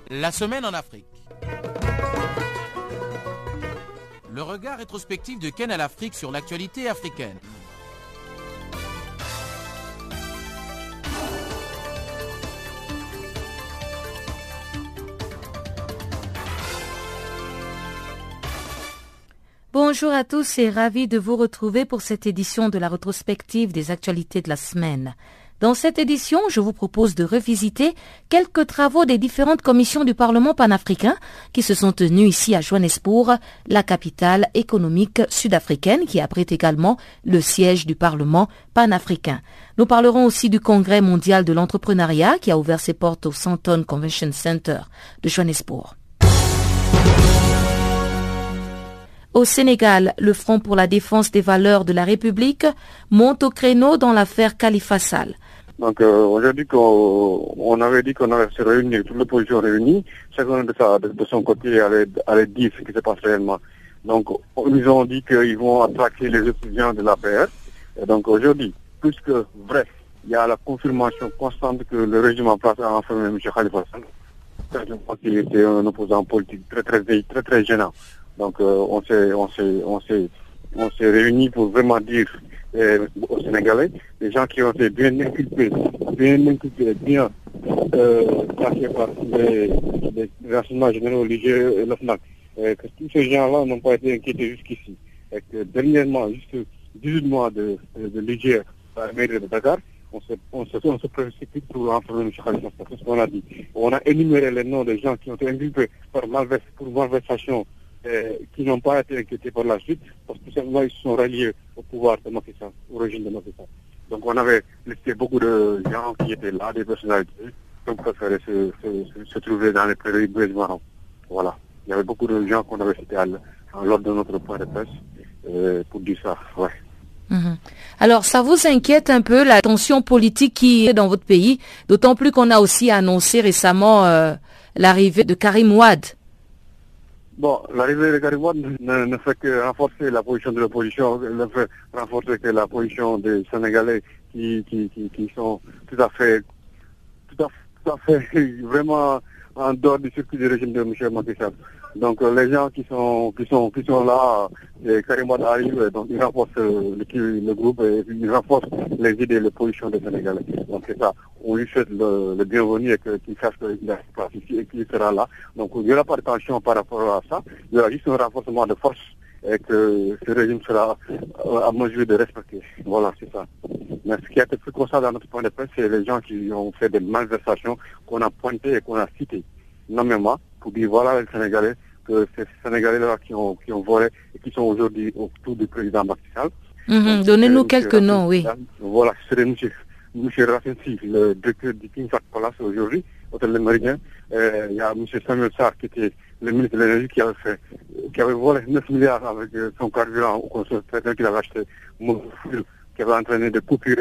La semaine en Afrique. Le regard rétrospectif de Canal Afrique sur l'actualité africaine. Bonjour à tous et ravi de vous retrouver pour cette édition de la rétrospective des actualités de la semaine. Dans cette édition, je vous propose de revisiter quelques travaux des différentes commissions du Parlement panafricain qui se sont tenues ici à Johannesburg, la capitale économique sud-africaine qui abrite également le siège du Parlement panafricain. Nous parlerons aussi du Congrès mondial de l'entrepreneuriat qui a ouvert ses portes au Sandton Convention Center de Johannesburg. Au Sénégal, le Front pour la défense des valeurs de la République monte au créneau dans l'affaire Khalifa Sall. Donc aujourd'hui, on avait dit qu'on allait se réunir, toute l'opposition réunie, chacun de son côté allait dire ce qui se passe réellement. Donc ils ont dit qu'ils vont attraquer les étudiants de l'APR. Et donc aujourd'hui, plus que vrai, il y a la confirmation constante que le régime en place a enfermé M. Khalifa Sall. Je pense qu'il était un opposant politique très gênant. Donc on s'est réunis pour vraiment dire aux Sénégalais, les gens qui ont été bien inculpés, bien placés par les renseignements généraux religieux et l'OFNAC, que tous ces gens-là n'ont pas été inquiétés jusqu'ici. Et que dernièrement, juste 18 mois de ligier à la mairie de Dakar, on se précipite pour enfermer M. Khalifa Sall. C'est ce qu'on a dit. On a énuméré les noms des gens qui ont été inculpés pour malversation, qui n'ont pas été inquiétés par la suite, parce que tout simplement ils se sont ralliés au pouvoir de Macky Sall, au régime de Macky Sall. Donc on avait listé beaucoup de gens qui étaient là, des personnalités, qui ont préféré se trouver dans les prairies marrons. Voilà. Il y avait beaucoup de gens qu'on avait cités lors de notre point de presse pour dire ça. Ouais. Alors, ça vous inquiète un peu la tension politique qui est dans votre pays, d'autant plus qu'on a aussi annoncé récemment l'arrivée de Karim Wade. Bon, l'arrivée de Karim Wade ne fait que renforcer la position de l'opposition, ne fait renforcer que la position des Sénégalais qui sont tout à fait vraiment en dehors du circuit du régime de M. Macky Sall. Donc les gens qui sont là, et Karim Wade arrive, donc ils renforcent le groupe et ils renforcent les idées et les positions des Sénégalais. Donc c'est ça. On lui souhaite le bienvenu et qu'il sache qu'il a place ici et qu'il sera là. Donc il n'y aura pas de tension par rapport à ça. Il y aura juste un renforcement de force et que ce régime sera à mesure de respecter. Voilà, c'est ça. Mais ce qui a été plus constant dans notre point de presse, c'est les gens qui ont fait des malversations qu'on a pointées et qu'on a citées nommément pour dire voilà les Sénégalais, que ces Sénégalais-là qui ont volé et qui sont aujourd'hui autour du président Macky Sall. Donnez-nous quelques noms, oui. Voilà, ce serait M. Racine Sy, le directeur du King Fahd Palace aujourd'hui, Hôtel Le Méridien. Il y a M. Samuel Sarr qui était le ministre de l'Énergie qui avait volé 9 milliards avec son carburant au consommateur qu'il avait acheté, qui avait entraîné des coupures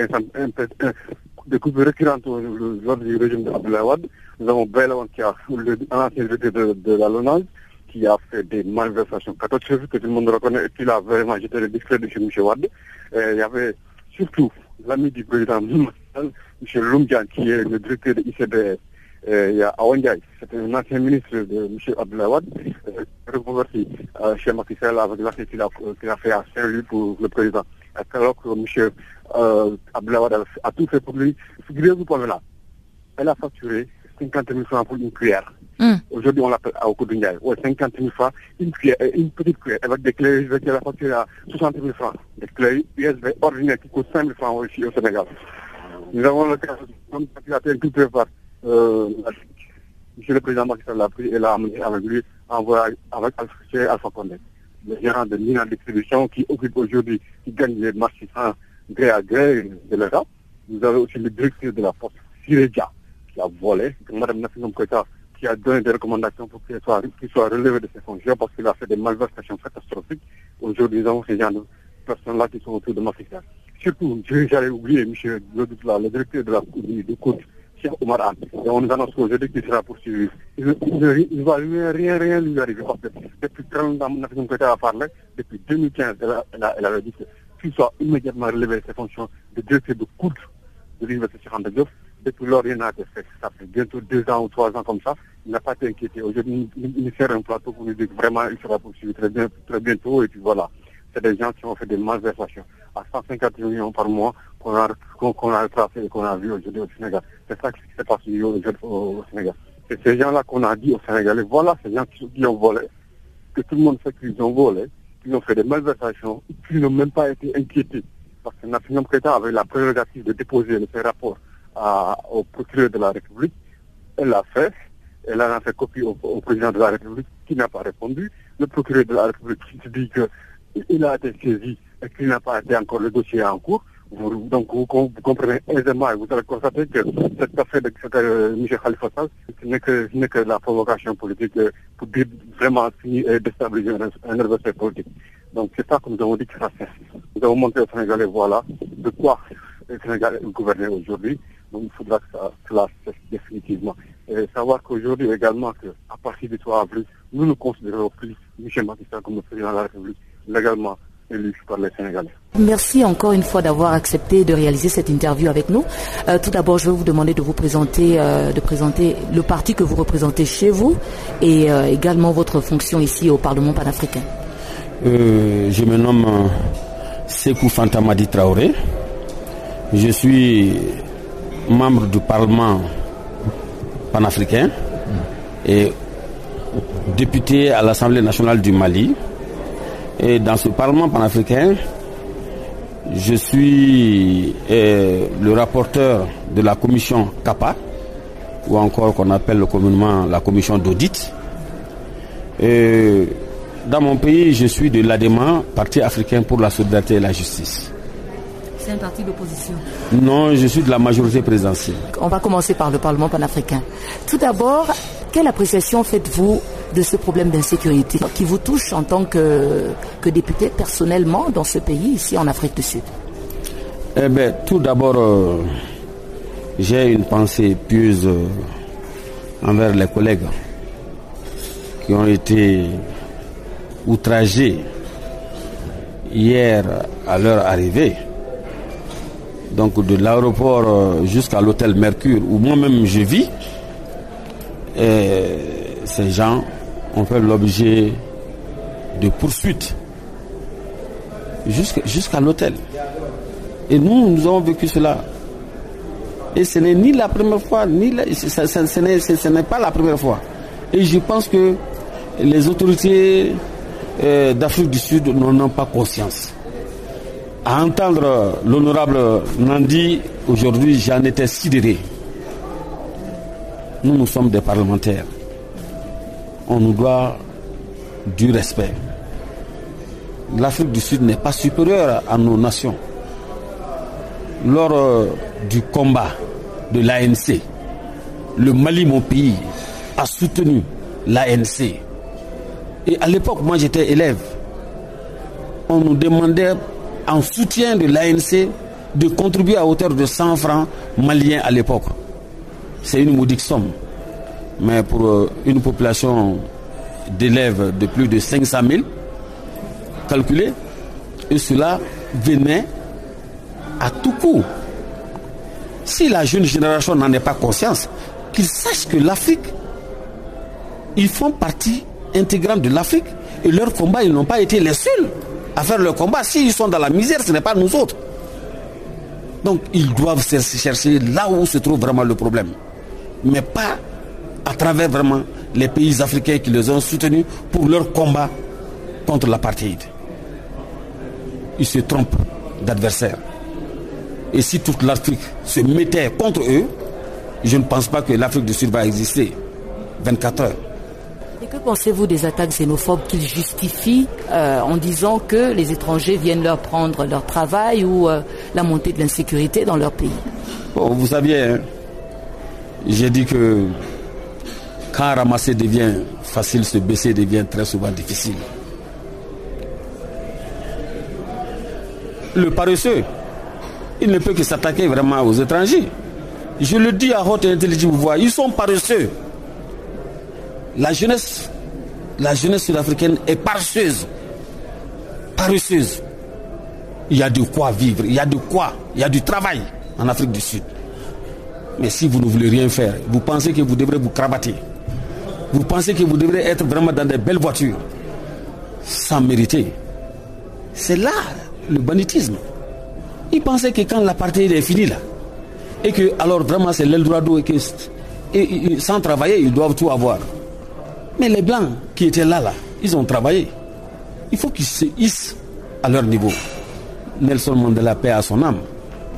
récurrentes lors du régime d'Abdoulaye Wade. Nous avons Belawan qui a l'ancien directeur de la LONASE, qui a fait des malversations catastrophiques que tout le monde reconnaît et qui a vraiment jeté le discrédit sur M. Wade. Il y avait surtout l'ami du président M. Lumdian qui est le directeur de ICBS. Il y a Awandiaï, c'était un ancien ministre de M. Abdoulaye Wade, reconverti chez Macky Sall avec l'acte qu'il a fait à Saint-Louis pour le président. Alors que M. Abdoulaye Wade a tout fait pour lui. Figurez-vous pour là, elle a facturé 50 000 francs pour une cuillère. Aujourd'hui, on l'appelle à Okoudou Ndiaye. Ouais, 50 000 francs, une petite cuillère avec des clés USB qui a facturé à 60 000 francs. Des clés USB ordinaires qui coûtent 5 000 francs ici au Sénégal. Nous avons le cas qui a été inculpé par Monsieur le Président Macky Sall l'a pris et l'a amené avec lui avec Alpha Condé. Les gérants de Nina Distribution qui occupent aujourd'hui, qui gagnent les marchés gré à gré de l'État. Vous avez aussi le directeur de la Poste, Sireja, qui a volé, Mme Nafinom Koita, qui a donné des recommandations pour qu'il soit relevé de ses fonctions parce qu'il a fait des malversations catastrophiques. Aujourd'hui, nous avons ces gens de personnes-là qui sont autour de Macky Sall. Surtout, j'allais oublier M. le directeur de Côte, Cheikh Oumar Anne. Et on nous annonce qu'aujourd'hui qu'il sera poursuivi. Il ne va rien lui arriver parce que depuis très longtemps, Nafinom Koita a parlé, depuis 2015, elle avait dit qu'il soit immédiatement relevé de ses fonctions de directeur de Côte de l'Université Cheikh Anta Diop, Depuis lors, rien n'a été fait. Ça fait bientôt 2 ans ou 3 ans comme ça. Il n'a pas été inquiété. Aujourd'hui, il sert un plateau pour nous dire que vraiment, il sera poursuivi très bientôt. Et puis voilà. C'est des gens qui ont fait des malversations à 150 millions par mois qu'on a retracé et qu'on a vu aujourd'hui au Sénégal. C'est ça qui s'est passé au Sénégal. C'est ces gens-là qu'on a dit au Sénégalais, voilà ces gens qui ont volé, que tout le monde sait qu'ils ont volé, qu'ils ont fait des malversations, qu'ils n'ont même pas été inquiétés. Parce que Nafiam Keïta avait la prérogative de déposer ses rapports au procureur de la République. Elle l'a fait. Elle en a fait copie au président de la République qui n'a pas répondu. Le procureur de la République qui dit qu'il a été saisi et qu'il n'a pas été encore le dossier en cours. Donc vous comprenez aisément et vous allez constater que cette affaire de M. Khalifa Sall, ce n'est que la provocation politique pour dire vraiment finir et déstabiliser un adversaire politique. Donc c'est ça que nous avons dit que ça fait. Nous avons montré aux Sénégalais, voilà, de quoi le Sénégal est gouverné aujourd'hui. Donc il faudra que cela cesse définitivement. Et savoir qu'aujourd'hui également, qu'à partir du 3 avril, nous ne considérons plus M. Macky Sall comme le président de la République, légalement élu par les Sénégalais. Merci encore une fois d'avoir accepté de réaliser cette interview avec nous. Tout d'abord, je vais vous demander de vous présenter, le parti que vous représentez chez vous et également votre fonction ici au Parlement panafricain. Je me nomme Sékou Fanta Madi Traoré. Je suis membre du Parlement panafricain et député à l'Assemblée nationale du Mali. Et dans ce Parlement panafricain, je suis le rapporteur de la commission CAPA, ou encore qu'on appelle communément la commission d'audit. Et dans mon pays, je suis de l'ADEMA, Parti africain pour la solidarité et la justice. C'est un parti d'opposition? Non, je suis de la majorité présidentielle. On va commencer par le Parlement panafricain. Tout d'abord, quelle appréciation faites-vous de ce problème d'insécurité qui vous touche en tant que député personnellement dans ce pays, ici en Afrique du Sud? Eh bien, tout d'abord, j'ai une pensée pieuse envers les collègues qui ont été outragés hier à leur arrivée. Donc de l'aéroport jusqu'à l'hôtel Mercure, où moi-même je vis, ces gens ont fait l'objet de poursuites jusqu'à l'hôtel. Et nous avons vécu cela. Et ce n'est ni la première fois, ce n'est pas la première fois. Et je pense que les autorités d'Afrique du Sud n'en ont pas conscience. À entendre l'honorable Nandi, aujourd'hui, j'en étais sidéré. Nous sommes des parlementaires. On nous doit du respect. L'Afrique du Sud n'est pas supérieure à nos nations. Lors du combat de l'ANC, le Mali, mon pays, a soutenu l'ANC. Et à l'époque, moi j'étais élève. On nous demandait, en soutien de l'ANC, de contribuer à hauteur de 100 francs maliens à l'époque. C'est une modique somme. Mais pour une population d'élèves de plus de 500 000, calculé, et cela venait à tout coup. Si la jeune génération n'en est pas conscience, qu'ils sachent que l'Afrique, ils font partie intégrante de l'Afrique et leur combat, ils n'ont pas été les seuls à faire leur combat. S'ils sont dans la misère, ce n'est pas nous autres. Donc ils doivent chercher là où se trouve vraiment le problème, mais pas à travers vraiment les pays africains qui les ont soutenus pour leur combat contre l'apartheid. Ils se trompent d'adversaires. Et si toute l'Afrique se mettait contre eux, je ne pense pas que l'Afrique du Sud va exister 24 heures. Et que pensez-vous des attaques xénophobes qu'ils justifient en disant que les étrangers viennent leur prendre leur travail ou la montée de l'insécurité dans leur pays? Bon, vous saviez, hein, j'ai dit que quand ramasser devient facile, se baisser devient très souvent difficile. Le paresseux, il ne peut que s'attaquer vraiment aux étrangers. Je le dis à haute et intelligible voix, ils sont paresseux. La jeunesse sud-africaine est paresseuse. Paresseuse. Il y a de quoi vivre, il y a du travail en Afrique du Sud. Mais si vous ne voulez rien faire, vous pensez que vous devrez vous cravater, vous pensez que vous devrez être vraiment dans des belles voitures, sans mériter. C'est là le banditisme. Ils pensaient que quand l'apartheid est fini là, et que alors vraiment c'est l'Eldorado et sans travailler, ils doivent tout avoir. Mais les Blancs qui étaient là, ils ont travaillé. Il faut qu'ils se hissent à leur niveau. Nelson Mandela, paix à son âme,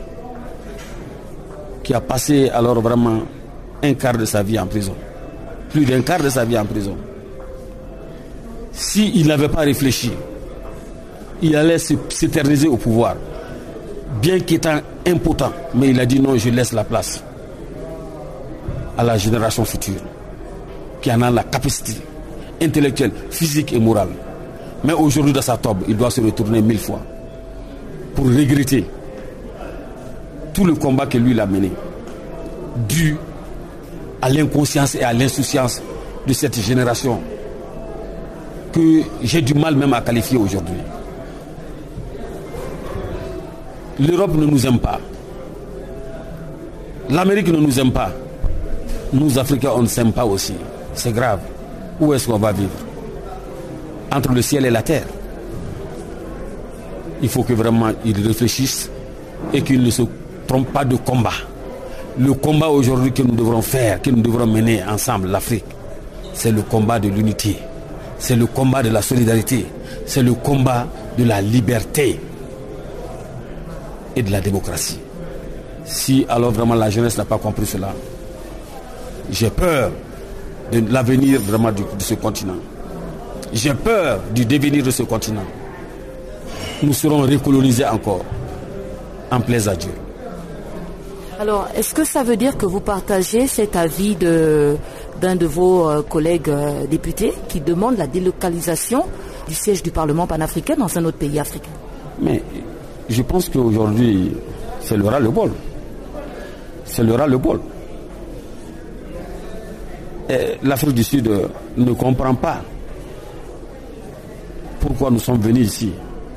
qui a passé alors vraiment un quart de sa vie en prison. Plus d'un quart de sa vie en prison. S'il n'avait pas réfléchi, il allait s'éterniser au pouvoir. Bien qu'étant impotent, mais il a dit non, je laisse la place à la génération future, qui en a la capacité intellectuelle, physique et morale. Mais aujourd'hui, dans sa tombe, il doit se retourner 1000 fois pour regretter tout le combat que lui a mené, dû à l'inconscience et à l'insouciance de cette génération que j'ai du mal même à qualifier aujourd'hui. L'Europe ne nous aime pas. L'Amérique ne nous aime pas. Nous, Africains, on ne s'aime pas aussi. C'est grave. Où est-ce qu'on va vivre? Entre le ciel et la terre. Il faut que vraiment ils réfléchissent et qu'ils ne se trompent pas de combat. Le combat aujourd'hui que nous devrons faire, que nous devrons mener ensemble, l'Afrique, c'est le combat de l'unité. C'est le combat de la solidarité. C'est le combat de la liberté et de la démocratie. Si alors vraiment la jeunesse n'a pas compris cela, j'ai peur de l'avenir vraiment de ce continent. J'ai peur du devenir de ce continent. Nous serons recolonisés encore. En plaise à Dieu. Alors, est-ce que ça veut dire que vous partagez cet avis d'un de vos collègues députés qui demande la délocalisation du siège du Parlement panafricain dans un autre pays africain? Mais je pense qu'aujourd'hui, c'est le ras-le-bol. C'est le ras-le-bol. L'Afrique du Sud ne comprend pas pourquoi nous sommes venus ici.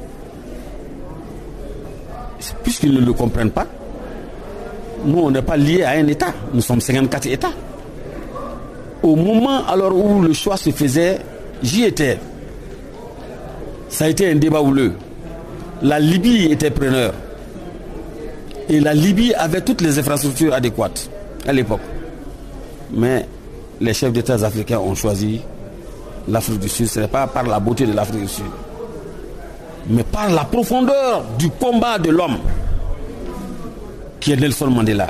Puisqu'ils ne le comprennent pas, nous, on n'est pas liés à un État. Nous sommes 54 États. Au moment alors où le choix se faisait, j'y étais. Ça a été un débat houleux. La Libye était preneur. Et la Libye avait toutes les infrastructures adéquates à l'époque. Mais les chefs d'État africains ont choisi l'Afrique du Sud. Ce n'est pas par la beauté de l'Afrique du Sud, mais par la profondeur du combat de l'homme qui est Nelson Mandela.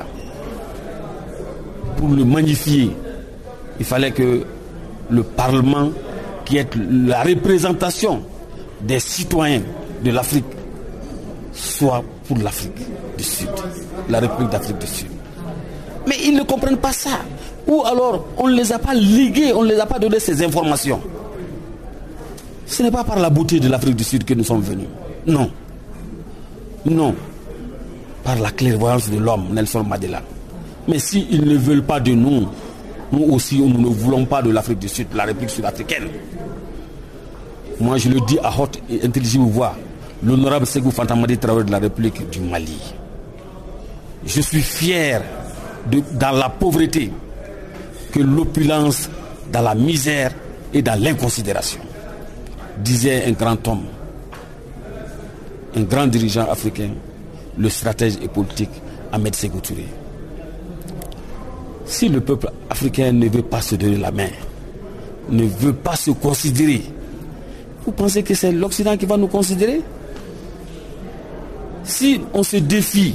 Pour le magnifier, il fallait que le Parlement, qui est la représentation des citoyens de l'Afrique, soit pour l'Afrique du Sud, la République d'Afrique du Sud. Mais ils ne comprennent pas ça. Ou alors, on ne les a pas ligués, on ne les a pas donné ces informations. Ce n'est pas par la beauté de l'Afrique du Sud que nous sommes venus. Non. Non. Par la clairvoyance de l'homme, Nelson Mandela. Mais s'ils ne veulent pas de nous, nous aussi, nous ne voulons pas de l'Afrique du Sud, de la République sud-africaine. Moi, je le dis à haute et intelligible voix. L'honorable Ségou Fanta Madi Traoré de la République du Mali. Je suis fier dans la pauvreté que l'opulence, dans la misère et dans l'inconsidération. Disait un grand homme, un grand dirigeant africain, le stratège et politique Ahmed Sékou Touré. Si le peuple africain ne veut pas se donner la main, ne veut pas se considérer, vous pensez que c'est l'Occident qui va nous considérer? Si on se défie,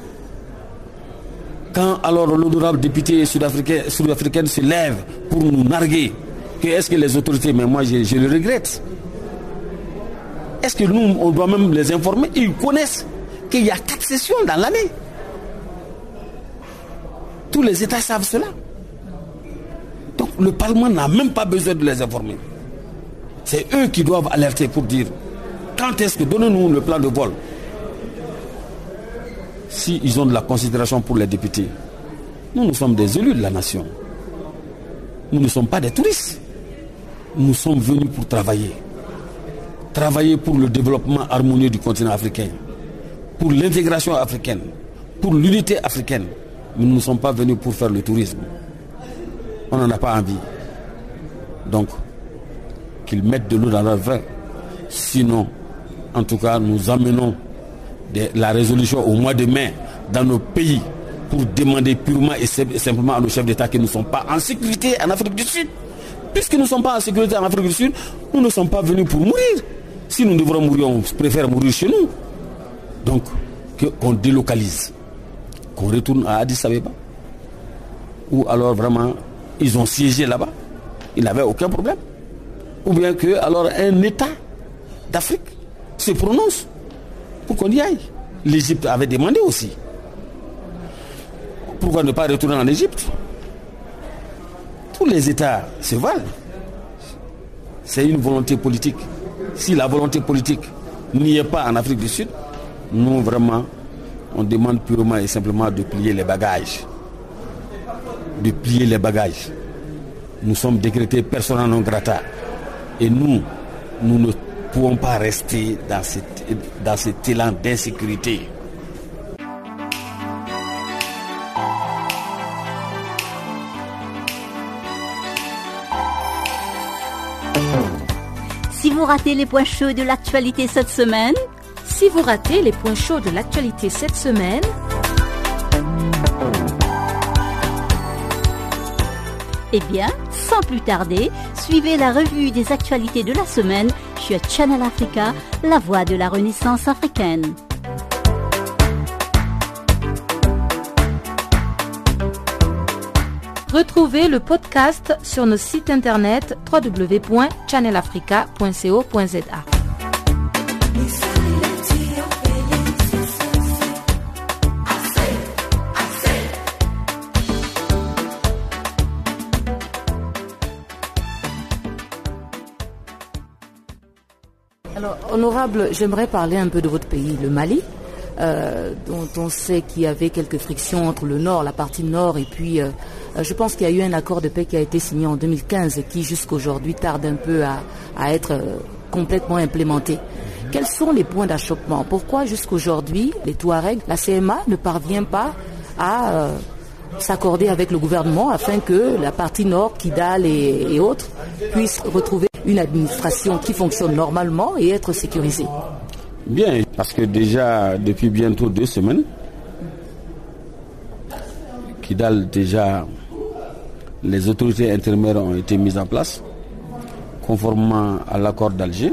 quand alors l'honorable député sud-africaine se lève pour nous narguer, est-ce que les autorités, mais moi je le regrette, est-ce que nous, on doit même les informer? Ils connaissent qu'il y a 4 sessions dans l'année. Tous les États savent cela. Donc le Parlement n'a même pas besoin de les informer. C'est eux qui doivent alerter pour dire quand est-ce que, donnez-nous le plan de vol. Si ils ont de la considération pour les députés, nous sommes des élus de la nation. Nous ne sommes pas des touristes. Nous sommes venus pour travailler. Travailler pour le développement harmonieux du continent africain, pour l'intégration africaine, pour l'unité africaine. nous ne sommes pas venus pour faire le tourisme. On n'en a pas envie. Donc, qu'ils mettent de l'eau dans leur vin. Sinon, en tout cas, nous amenons la résolution au mois de mai dans nos pays pour demander purement et simplement à nos chefs d'État que nous ne sommes pas en sécurité en Afrique du Sud. Puisque nous ne sommes pas en sécurité en Afrique du Sud, nous ne sommes pas venus pour mourir. Si nous devrons mourir, on préfère mourir chez nous. Donc, qu'on délocalise, qu'on retourne à Addis Abeba, ou alors vraiment, ils ont siégé là-bas, ils n'avaient aucun problème. Ou bien que, alors, un État d'Afrique se prononce pour qu'on y aille. L'Égypte avait demandé aussi. Pourquoi ne pas retourner en Égypte? Tous les États se valent. C'est une volonté politique. Si la volonté politique n'y est pas en Afrique du Sud, nous vraiment, on demande purement et simplement de plier les bagages. De plier les bagages. Nous sommes décrétés persona non grata. Et nous ne pouvons pas rester dans cet élan d'insécurité. Si vous ratez les points chauds de l'actualité cette semaine, eh bien, sans plus tarder, suivez la revue des actualités de la semaine sur Channel Africa, la voix de la Renaissance africaine. Retrouvez le podcast sur nos sites internet www.channelafrica.co.za. Alors, honorable, j'aimerais parler un peu de votre pays, le Mali, dont on sait qu'il y avait quelques frictions entre le nord, la partie nord, et puis je pense qu'il y a eu un accord de paix qui a été signé en 2015 et qui jusqu'aujourd'hui tarde un peu à être complètement implémenté. Quels sont les points d'achoppement? Pourquoi jusqu'aujourd'hui, les Touaregs, la CMA ne parvient pas à s'accorder avec le gouvernement afin que la partie nord, Kidal et autres, puissent retrouver une administration qui fonctionne normalement et être sécurisée? Bien, parce que déjà, depuis bientôt 2 semaines, Kidal, déjà, les autorités intérimaires ont été mises en place, conformément à l'accord d'Alger.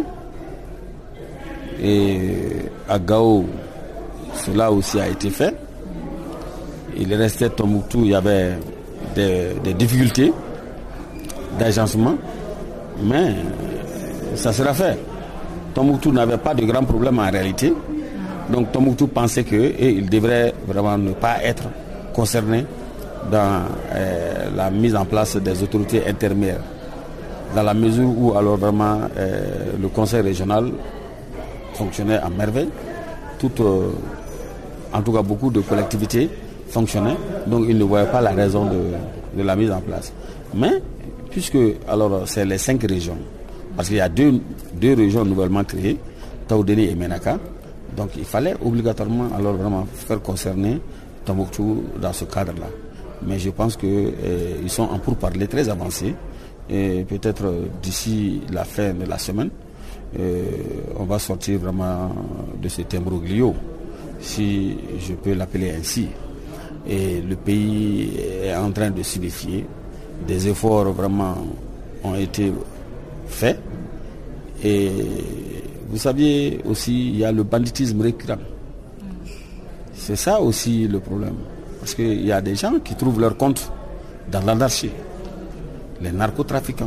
Et à Gao, cela aussi a été fait. Il restait Tombouctou, il y avait des difficultés d'agencement, mais ça sera fait. Tombouctou n'avait pas de grands problèmes en réalité. Donc Tombouctou pensait qu'il devrait vraiment ne pas être concerné dans la mise en place des autorités intermédiaires. Dans la mesure où alors vraiment le conseil régional fonctionnait à merveille. En tout cas beaucoup de collectivités fonctionnaient. Donc ils ne voyaient pas la raison de la mise en place. Mais puisque alors c'est les 5 régions, parce qu'il y a deux régions nouvellement créées, Taoudéni et Ménaka. Donc il fallait obligatoirement alors vraiment faire concerner Tombouctou dans ce cadre-là. Mais je pense qu'ils sont en pourparlers très avancés. Et peut-être d'ici la fin de la semaine, on va sortir vraiment de cet imbroglio, si je peux l'appeler ainsi. Et le pays est en train de s'unifier. Des efforts vraiment ont été faits. Et vous saviez aussi, il y a le banditisme récurrent. C'est ça aussi le problème. Parce qu'il y a des gens qui trouvent leur compte dans l'anarchie. Les narcotrafiquants,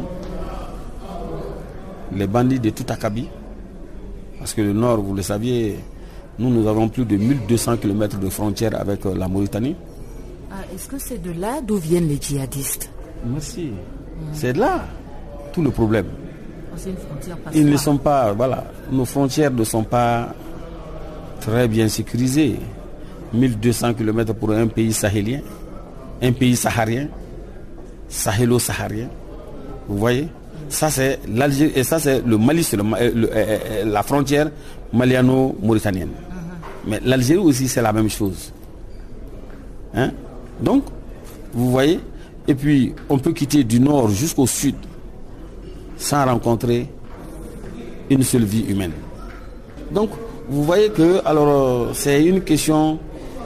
les bandits de tout acabit. Parce que le Nord, vous le saviez, nous avons plus de 1200 km de frontières avec la Mauritanie. Est-ce que c'est de là d'où viennent les djihadistes? Merci. C'est de là tout le problème. C'est une frontière passoire. Ils ne sont pas, voilà, nos frontières ne sont pas très bien sécurisées. 1200 km pour un pays sahélien, un pays saharien, sahélo-saharien. Vous voyez? Ça c'est l'Algérie et ça c'est le Mali, c'est la frontière maliano-mauritanienne. Mais l'Algérie aussi c'est la même chose. Hein? Donc, vous voyez, et puis on peut quitter du nord jusqu'au sud sans rencontrer une seule vie humaine. Donc, vous voyez que alors c'est une question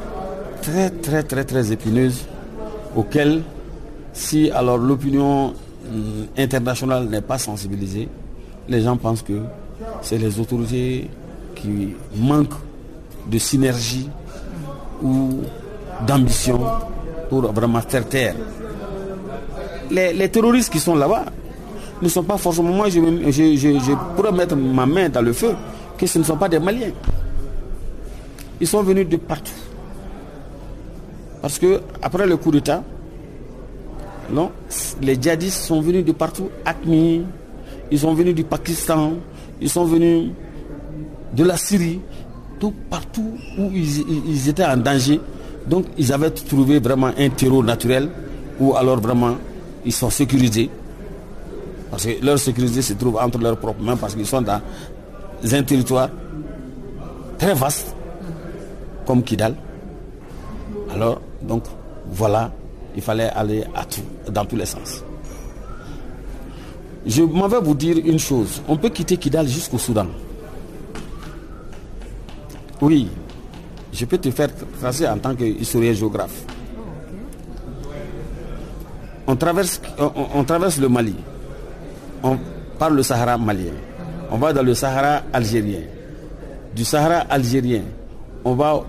très épineuse auquel, si alors l'opinion internationale n'est pas sensibilisée, les gens pensent que c'est les autorités qui manquent de synergie ou d'ambition pour vraiment faire taire. Les terroristes qui sont là-bas ne sont pas forcément... Moi, je pourrais mettre ma main dans le feu que ce ne sont pas des Maliens. Ils sont venus de partout. Parce que après le coup d'État, non, les djihadistes sont venus de partout. AQMI, ils sont venus du Pakistan, ils sont venus de la Syrie, tout partout où ils étaient en danger. Donc ils avaient trouvé vraiment un terreau naturel où alors vraiment ils sont sécurisés. Parce que leur sécurité se trouve entre leurs propres mains parce qu'ils sont dans un territoire très vaste comme Kidal. Alors, donc, voilà, il fallait aller dans tous les sens. Je m'en vais vous dire une chose. On peut quitter Kidal jusqu'au Soudan. Oui, je peux te faire tracer en tant qu'historien géographe. On traverse le Mali. On parle le Sahara malien. On va dans le Sahara algérien. Du Sahara algérien, on va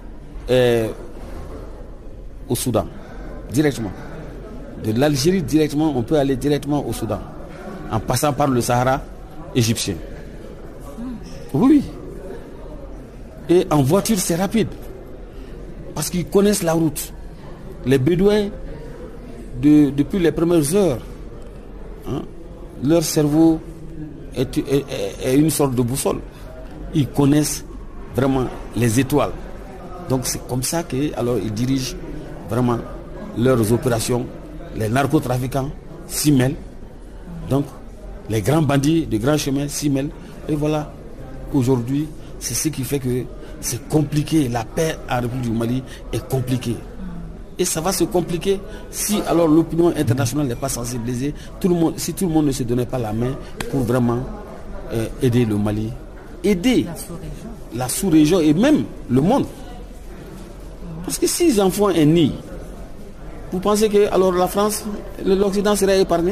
au Soudan, directement. De l'Algérie directement, on peut aller directement au Soudan, en passant par le Sahara égyptien. Oui. Et en voiture, c'est rapide. Parce qu'ils connaissent la route. Les Bédouins, depuis les premières heures, leur cerveau est une sorte de boussole. Ils connaissent vraiment les étoiles. Donc c'est comme ça qu'ils dirigent vraiment leurs opérations. Les narcotrafiquants s'y mêlent. Donc les grands bandits de grands chemins s'y mêlent. Et voilà, aujourd'hui, c'est ce qui fait que c'est compliqué. La paix en République du Mali est compliquée. Et ça va se compliquer si alors l'opinion internationale n'est pas sensibilisée. Si tout le monde ne se donnait pas la main pour vraiment aider le Mali. Aider la sous-région et même le monde. Parce que si ils en font un nid, vous pensez que alors la France, l'Occident serait épargné?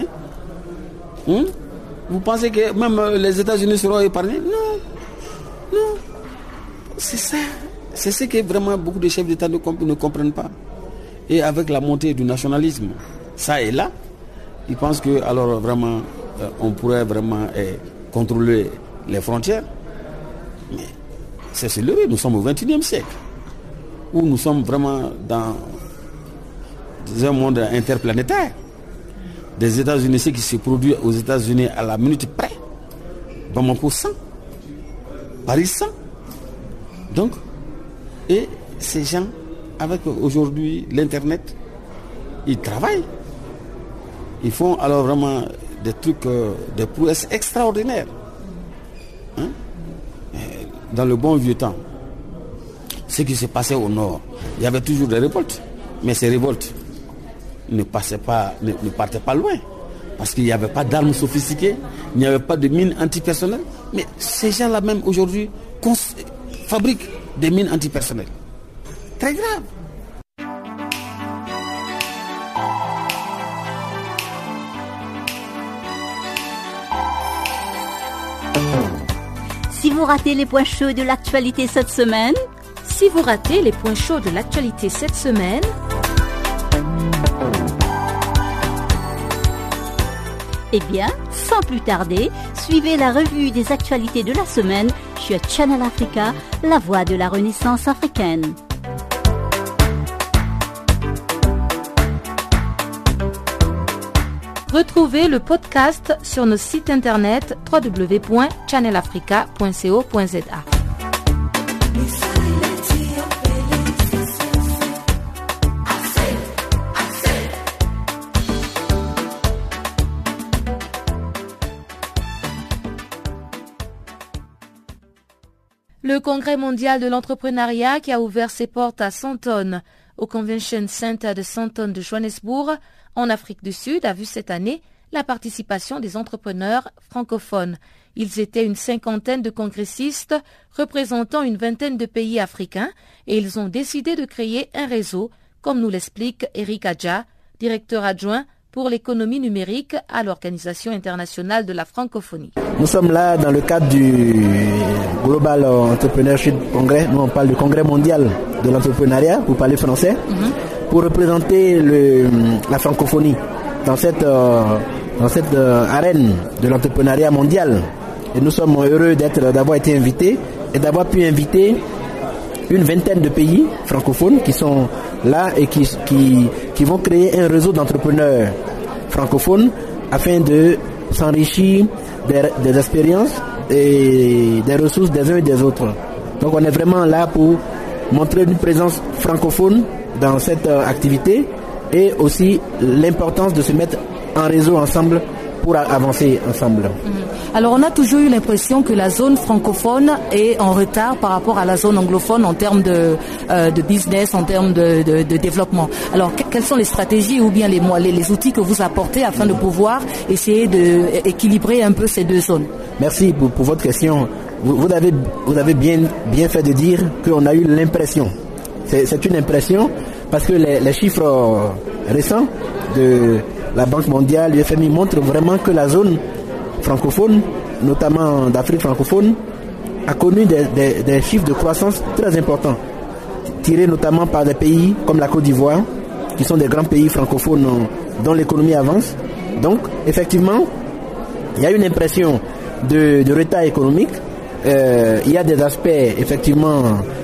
Vous pensez que même les États-Unis seront épargnés? Non. C'est ça. C'est ce que vraiment beaucoup de chefs d'État ne comprennent pas. Et avec la montée du nationalisme, ça et là, ils pensent que alors vraiment on pourrait vraiment contrôler les frontières. Mais c'est levé, nous sommes au XXIe siècle, où nous sommes vraiment dans un monde interplanétaire. Des États-Unis, ce qui se produit aux États-Unis à la minute près, Bamako 100, Paris 100. Donc, et ces gens, avec aujourd'hui l'Internet, ils travaillent. Ils font alors vraiment des trucs, des prouesses extraordinaires. Dans le bon vieux temps, ce qui se passait au nord, il y avait toujours des révoltes. Mais ces révoltes ne partaient pas loin. Parce qu'il n'y avait pas d'armes sophistiquées, il n'y avait pas de mines antipersonnelles. Mais ces gens-là même aujourd'hui fabriquent des mines antipersonnelles. Très grave. Si vous ratez les points chauds de l'actualité cette semaine, eh bien, sans plus tarder, suivez la revue des actualités de la semaine sur Channel Africa, la voix de la Renaissance africaine. Retrouvez le podcast sur nos sites internet www.channelafrica.co.za. Le Congrès mondial de l'entrepreneuriat qui a ouvert ses portes à Santon au Convention Center de Sandton de Johannesburg, en Afrique du Sud, a vu cette année la participation des entrepreneurs francophones. Ils étaient une cinquantaine de congressistes représentant une vingtaine de pays africains et ils ont décidé de créer un réseau, comme nous l'explique Eric Adja, directeur adjoint pour l'économie numérique à l'Organisation internationale de la francophonie. Nous sommes là dans le cadre du Global Entrepreneurship Congress. Nous on parle du Congrès mondial de l'entrepreneuriat, pour parler français, pour représenter la francophonie dans cette arène de l'entrepreneuriat mondial. Et nous sommes heureux d'avoir été invités et d'avoir pu inviter une vingtaine de pays francophones qui sont là et qui vont créer un réseau d'entrepreneurs francophones afin de s'enrichir des expériences et des ressources des uns et des autres. Donc on est vraiment là pour montrer une présence francophone dans cette activité et aussi l'importance de se mettre en réseau ensemble pour avancer ensemble. Alors on a toujours eu l'impression que la zone francophone est en retard par rapport à la zone anglophone en termes de business, en termes de développement. Alors quelles sont les stratégies ou bien les outils que vous apportez afin de pouvoir essayer d'équilibrer un peu ces deux zones? Merci pour votre question. Vous avez bien fait de dire qu'on a eu l'impression. C'est une impression parce que les chiffres récents de la Banque mondiale, le FMI montrent vraiment que la zone francophone, notamment d'Afrique francophone, a connu des chiffres de croissance très importants, tirés notamment par des pays comme la Côte d'Ivoire, qui sont des grands pays francophones dont l'économie avance. Donc, effectivement, il y a une impression de retard économique. Il y a des aspects, effectivement,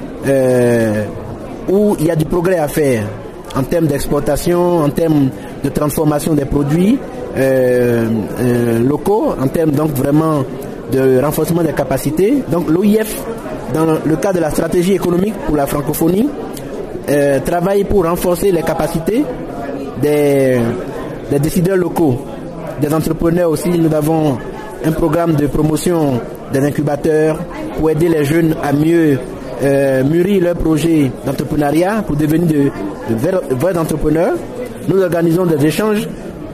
où il y a du progrès à faire en termes d'exportation, en termes de transformation des produits locaux, en termes donc vraiment de renforcement des capacités. Donc l'OIF, dans le cadre de la stratégie économique pour la francophonie, travaille pour renforcer les capacités des décideurs locaux, des entrepreneurs aussi. Nous avons un programme de promotion des incubateurs pour aider les jeunes à mieux mûrir leurs projets d'entrepreneuriat pour devenir de vrais entrepreneurs. Nous organisons des échanges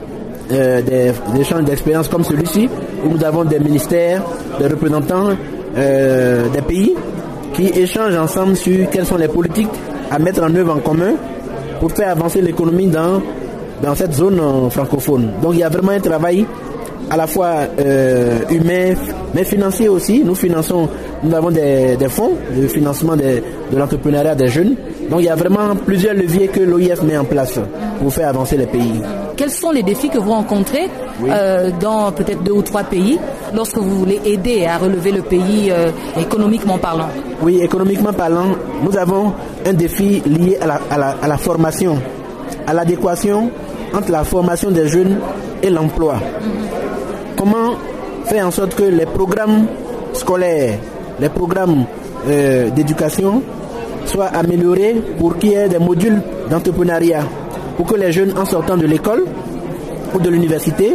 d'expériences comme celui-ci, où nous avons des ministères, des représentants des pays qui échangent ensemble sur quelles sont les politiques à mettre en œuvre en commun pour faire avancer l'économie dans cette zone francophone. Donc il y a vraiment un travail à la fois humain, mais financier aussi. Nous avons des fonds de financement de l'entrepreneuriat des jeunes. Donc il y a vraiment plusieurs leviers que l'OIF met en place pour faire avancer les pays. Quels sont les défis que vous rencontrez dans peut-être 2 ou 3 pays lorsque vous voulez aider à relever le pays économiquement parlant? Oui, économiquement parlant, nous avons un défi lié à la formation, à l'adéquation entre la formation des jeunes et l'emploi. Comment faire en sorte que les programmes scolaires, les programmes d'éducation soient améliorés pour qu'il y ait des modules d'entrepreneuriat, pour que les jeunes en sortant de l'école ou de l'université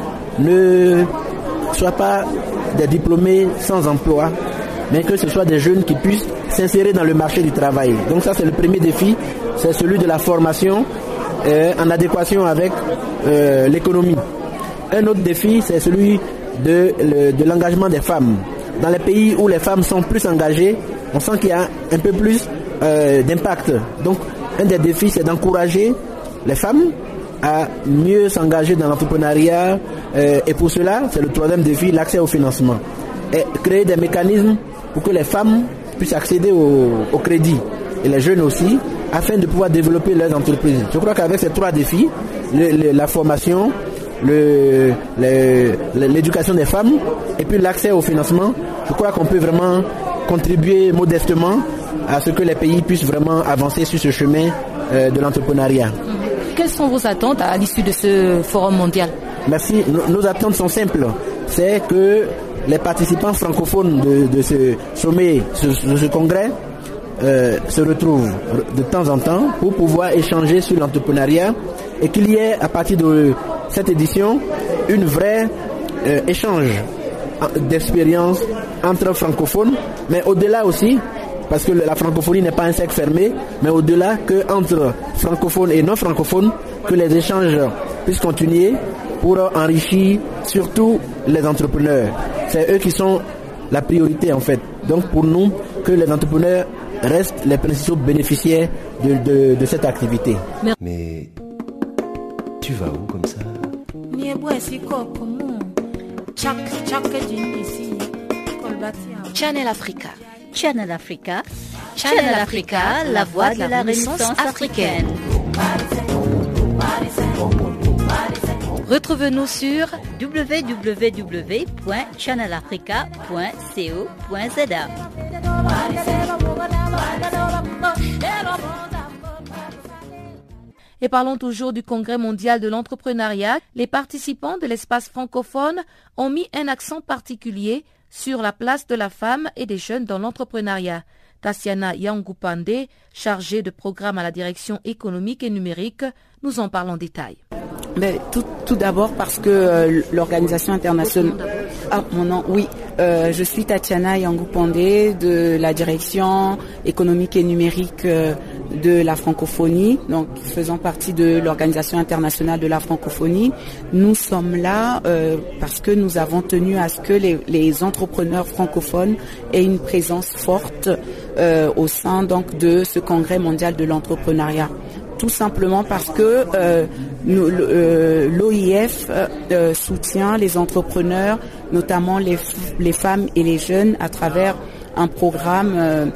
ne soient pas des diplômés sans emploi, mais que ce soit des jeunes qui puissent s'insérer dans le marché du travail. Donc ça, c'est le premier défi, c'est celui de la formation en adéquation avec l'économie. Un autre défi, c'est celui de l'engagement des femmes. Dans les pays où les femmes sont plus engagées, on sent qu'il y a un peu plus d'impact. Donc, un des défis, c'est d'encourager les femmes à mieux s'engager dans l'entrepreneuriat. Et pour cela, c'est le troisième défi, l'accès au financement. Et créer des mécanismes pour que les femmes puissent accéder au crédit, et les jeunes aussi, afin de pouvoir développer leurs entreprises. Je crois qu'avec ces 3 défis, la formation, l'éducation des femmes et puis l'accès au financement, je crois qu'on peut vraiment contribuer modestement à ce que les pays puissent vraiment avancer sur ce chemin de l'entrepreneuriat. Quelles sont vos attentes à l'issue de ce forum mondial? Merci. Nos attentes sont simples. C'est que les participants francophones de ce sommet, de ce congrès, se retrouvent de temps en temps pour pouvoir échanger sur l'entrepreneuriat et qu'il y ait à partir de cette édition une vraie échange d'expériences entre francophones, mais au-delà aussi parce que la francophonie n'est pas un cercle fermé, mais au-delà que entre francophones et non francophones, que les échanges puissent continuer pour enrichir surtout les entrepreneurs. C'est eux qui sont la priorité en fait. Donc pour nous, que les entrepreneurs restent les principaux bénéficiaires de cette activité. Mais tu vas où comme ça? Channel Africa. Channel Africa. Channel Africa, la voix de la Renaissance africaine. Retrouvez-nous sur www.channelafrica.co.za. Et parlons toujours du Congrès mondial de l'entrepreneuriat. Les participants de l'espace francophone ont mis un accent particulier sur la place de la femme et des jeunes dans l'entrepreneuriat. Tatiana Yangupande, chargée de programme à la direction économique et numérique, nous en parle en détail. Mais tout d'abord parce que l'organisation internationale... Ah, mon nom, oui. Je suis Tatiana Yangupande de la direction économique et numérique de la francophonie, donc faisant partie de l'organisation internationale de la francophonie. Nous sommes là parce que nous avons tenu à ce que les entrepreneurs francophones aient une présence forte au sein donc de ce congrès mondial de l'entrepreneuriat. Tout simplement parce que l'OIF soutient les entrepreneurs, notamment les femmes et les jeunes, à travers un programme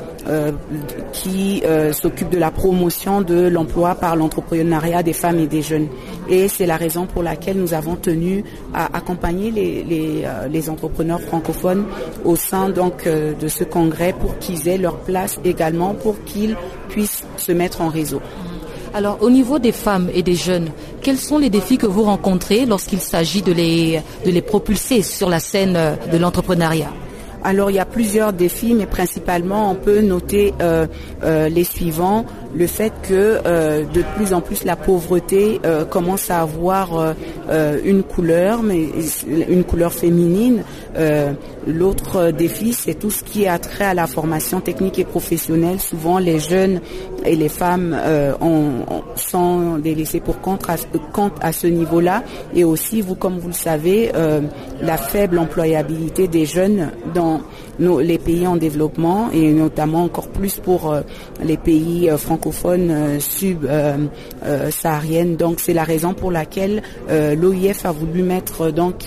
qui s'occupe de la promotion de l'emploi par l'entrepreneuriat des femmes et des jeunes. Et c'est la raison pour laquelle nous avons tenu à accompagner les entrepreneurs francophones au sein donc de ce congrès pour qu'ils aient leur place également, pour qu'ils puissent se mettre en réseau. Alors, au niveau des femmes et des jeunes, quels sont les défis que vous rencontrez lorsqu'il s'agit de les propulser sur la scène de l'entrepreneuriat ? Alors, il y a plusieurs défis, mais principalement, on peut noter les suivants. Le fait que de plus en plus la pauvreté commence à avoir une couleur, mais une couleur féminine. L'autre défi, c'est tout ce qui a trait à la formation technique et professionnelle. Souvent, les jeunes et les femmes sont délaissés pour compte à ce niveau-là. Et aussi, comme vous le savez, la faible employabilité des jeunes dans les pays en développement, et notamment encore plus pour les pays francophones sahariennes. Donc c'est la raison pour laquelle l'OIF a voulu mettre donc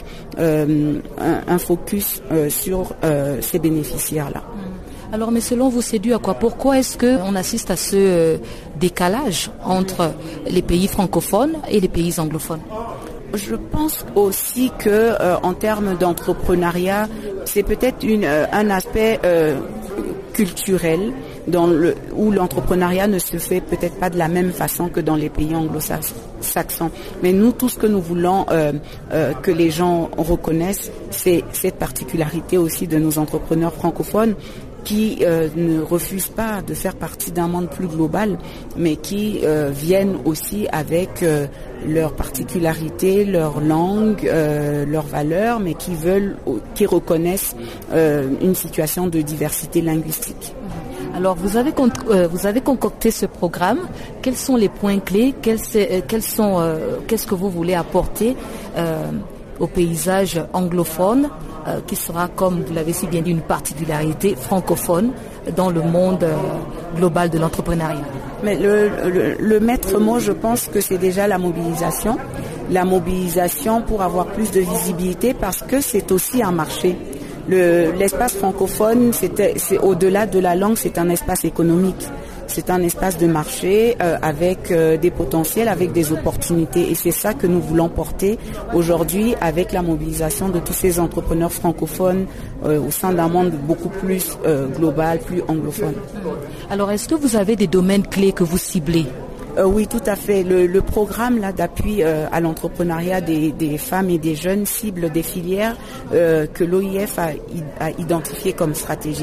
un focus sur ces bénéficiaires-là. Alors, mais selon vous, c'est dû à quoi ? Pourquoi est-ce qu'on assiste à ce décalage entre les pays francophones et les pays anglophones ? Je pense aussi que en termes d'entrepreneuriat, c'est peut-être un aspect culturel où l'entrepreneuriat ne se fait peut-être pas de la même façon que dans les pays anglo-saxons. Mais nous, tout ce que nous voulons que les gens reconnaissent, c'est cette particularité aussi de nos entrepreneurs francophones qui ne refusent pas de faire partie d'un monde plus global, mais qui viennent aussi avec leurs particularités, leur langue, leurs valeurs, mais qui reconnaissent une situation de diversité linguistique. Alors, vous avez concocté ce programme. Quels sont les points clés ? Qu'est-ce que vous voulez apporter au paysage anglophone, qui sera, comme vous l'avez si bien dit, une particularité francophone dans le monde global de l'entrepreneuriat? Mais le maître mot, je pense que c'est déjà la mobilisation. La mobilisation pour avoir plus de visibilité, parce que c'est aussi un marché. L'espace francophone, c'est au-delà de la langue, c'est un espace économique. C'est un espace de marché avec des potentiels, avec des opportunités. Et c'est ça que nous voulons porter aujourd'hui avec la mobilisation de tous ces entrepreneurs francophones au sein d'un monde beaucoup plus global, plus anglophone. Alors, est-ce que vous avez des domaines clés que vous ciblez ? Oui, tout à fait. Le programme là d'appui à l'entrepreneuriat des femmes et des jeunes cible des filières que l'OIF a identifiées comme stratégiques.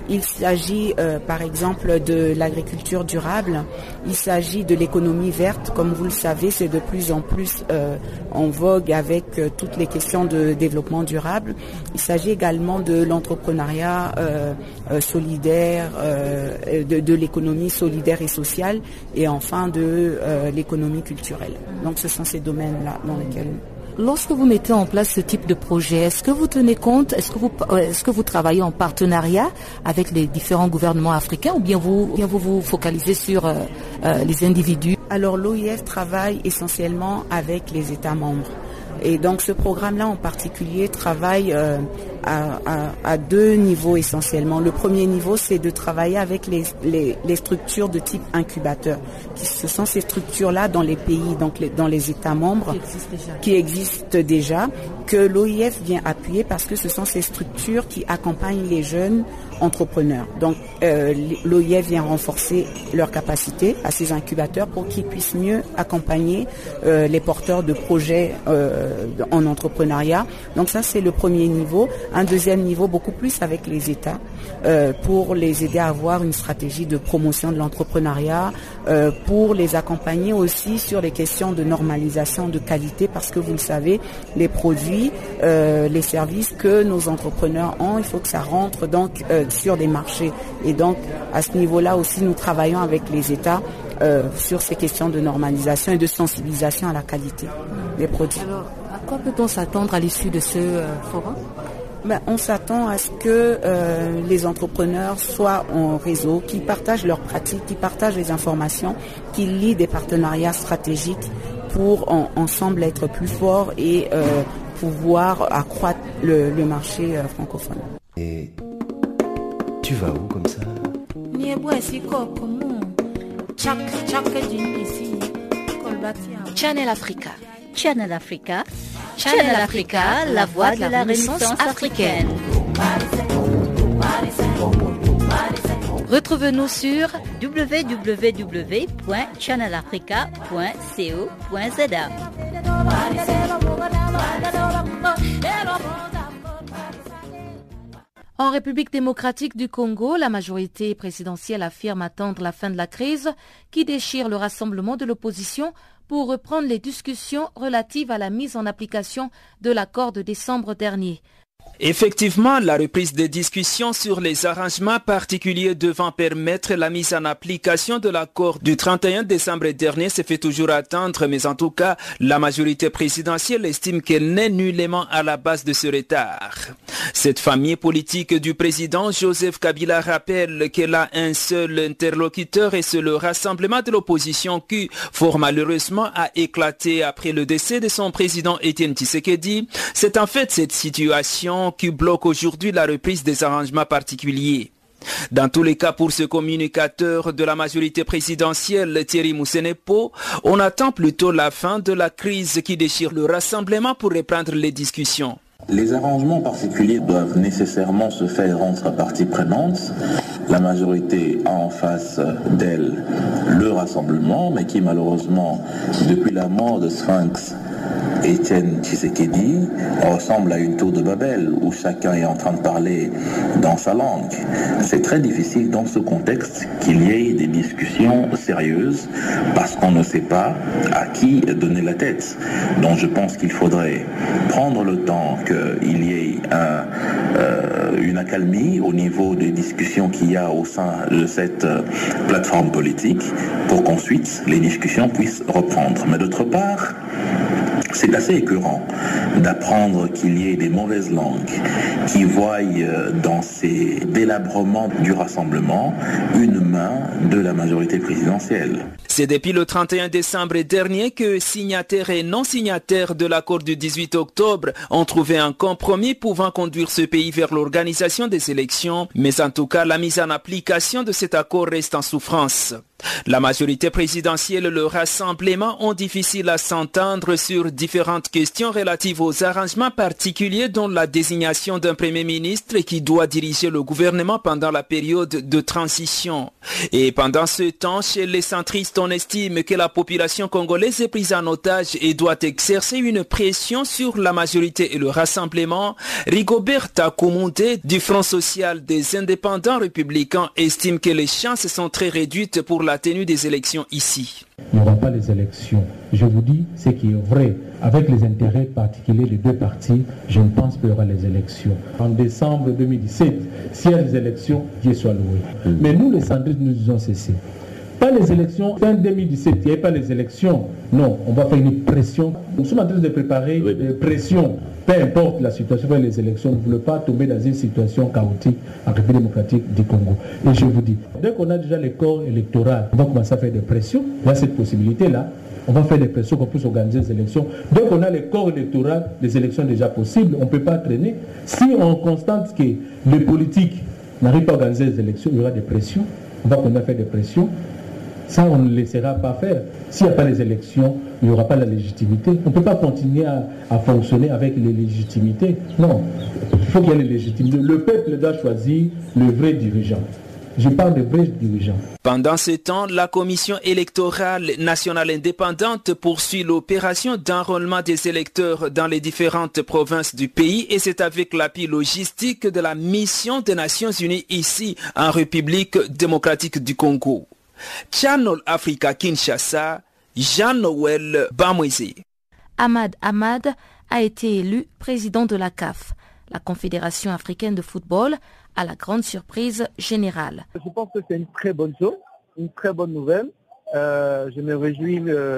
Il s'agit par exemple de l'agriculture durable, il s'agit de l'économie verte, comme vous le savez, c'est de plus en plus en vogue avec toutes les questions de développement durable. Il s'agit également de l'entrepreneuriat solidaire, de l'économie solidaire et sociale, et enfin de l'économie culturelle. Donc ce sont ces domaines-là dans lesquels... Lorsque vous mettez en place ce type de projet, est-ce que vous tenez compte, est-ce que vous travaillez en partenariat avec les différents gouvernements africains ou bien vous focalisez sur les individus? Alors l'OIF travaille essentiellement avec les États membres. Et donc ce programme-là en particulier travaille à deux niveaux essentiellement. Le premier niveau, c'est de travailler avec les structures de type incubateur. Ce sont ces structures-là dans les pays, donc dans les États membres qui existent déjà, que l'OIF vient appuyer parce que ce sont ces structures qui accompagnent les jeunes entrepreneurs. Donc l'OIF vient renforcer leur capacité à ces incubateurs pour qu'ils puissent mieux accompagner les porteurs de projets en entrepreneuriat. Donc ça, c'est le premier niveau. Un deuxième niveau, beaucoup plus avec les États, pour les aider à avoir une stratégie de promotion de l'entrepreneuriat, pour les accompagner aussi sur les questions de normalisation de qualité, parce que vous le savez, les produits, les services que nos entrepreneurs ont, il faut que ça rentre donc sur des marchés. Et donc, à ce niveau-là aussi, nous travaillons avec les États sur ces questions de normalisation et de sensibilisation à la qualité des produits. Alors, à quoi peut-on s'attendre à l'issue de ce forum? On s'attend à ce que les entrepreneurs soient en réseau, qu'ils partagent leurs pratiques, qu'ils partagent les informations, qu'ils lient des partenariats stratégiques pour ensemble être plus forts et pouvoir accroître le marché francophone. Et tu vas où comme ça? Channel Africa. Channel Africa. Channel Africa, la voix de la Renaissance africaine. Retrouvez-nous sur www.channelafrica.co.za. En République démocratique du Congo, la majorité présidentielle affirme attendre la fin de la crise qui déchire le rassemblement de l'opposition pour reprendre les discussions relatives à la mise en application de l'accord de décembre dernier. Effectivement, la reprise des discussions sur les arrangements particuliers devant permettre la mise en application de l'accord du 31 décembre dernier se fait toujours attendre, mais en tout cas, la majorité présidentielle estime qu'elle n'est nullement à la base de ce retard. Cette famille politique du président Joseph Kabila rappelle qu'elle a un seul interlocuteur et c'est le rassemblement de l'opposition qui, fort malheureusement, a éclaté après le décès de son président Étienne Tshisekedi. C'est en fait cette situation qui bloque aujourd'hui la reprise des arrangements particuliers. Dans tous les cas, pour ce communicateur de la majorité présidentielle, Thierry Moussenepo, on attend plutôt la fin de la crise qui déchire le rassemblement pour reprendre les discussions. Les arrangements particuliers doivent nécessairement se faire entre parties prenantes. La majorité a en face d'elle le rassemblement, mais qui malheureusement, depuis la mort de Sphinx, Étienne Tshisekedi, ressemble à une tour de Babel où chacun est en train de parler dans sa langue. C'est très difficile dans ce contexte qu'il y ait des discussions sérieuses parce qu'on ne sait pas à qui donner la tête. Donc je pense qu'il faudrait prendre le temps qu'il y ait une accalmie au niveau des discussions qu'il y a au sein de cette plateforme politique pour qu'ensuite les discussions puissent reprendre. Mais d'autre part, c'est assez écœurant d'apprendre qu'il y ait des mauvaises langues qui voient dans ces délabrements du rassemblement une main de la majorité présidentielle. C'est depuis le 31 décembre dernier que signataires et non-signataires de l'accord du 18 octobre ont trouvé un compromis pouvant conduire ce pays vers l'organisation des élections. Mais en tout cas, la mise en application de cet accord reste en souffrance. La majorité présidentielle et le Rassemblement ont difficile à s'entendre sur différentes questions relatives aux arrangements particuliers, dont la désignation d'un Premier ministre qui doit diriger le gouvernement pendant la période de transition. Et pendant ce temps, chez les centristes, on estime que la population congolaise est prise en otage et doit exercer une pression sur la majorité et le Rassemblement. Rigobert Takumundé du Front social des indépendants républicains estime que les chances sont très réduites pour la tenue des élections ici. Il n'y aura pas les élections. Je vous dis ce qui est vrai. Avec les intérêts particuliers des deux partis, je ne pense qu'il y aura les élections. En décembre 2017, s'il y a des élections, Dieu soit loué. Mais nous, les centristes, nous disons ceci. Pas les élections, fin 2017, il n'y avait pas les élections. Non, on va faire une pression. Nous sommes en train de préparer une pression. Peu importe la situation pour les élections, nous ne voulons pas tomber dans une situation chaotique en République démocratique du Congo. Et je vous dis, dès qu'on a déjà le corps électoral, on va commencer à faire des pressions. Il y a cette possibilité-là. On va faire des pressions qu'on puisse organiser les élections. Dès qu'on a le corps électoral, les élections déjà possibles, on ne peut pas traîner. Si on constate que les politiques n'arrivent pas à organiser les élections, il y aura des pressions. On va continuer à faire des pressions. Ça, on ne le laissera pas faire. S'il n'y a pas les élections, il n'y aura pas la légitimité. On ne peut pas continuer à fonctionner avec les légitimités. Non, il faut qu'il y ait les légitimités. Le peuple doit choisir le vrai dirigeant. Je parle de vrais dirigeants. Pendant ce temps, la Commission électorale nationale indépendante poursuit l'opération d'enrôlement des électeurs dans les différentes provinces du pays, et c'est avec l'appui logistique de la mission des Nations Unies ici en République démocratique du Congo. Channel Africa Kinshasa, Jean-Noël Bamouizé. Ahmad Ahmad a été élu président de la CAF, la Confédération africaine de football, à la grande surprise générale. Je pense que c'est une très bonne chose, une très bonne nouvelle. Je me réjouis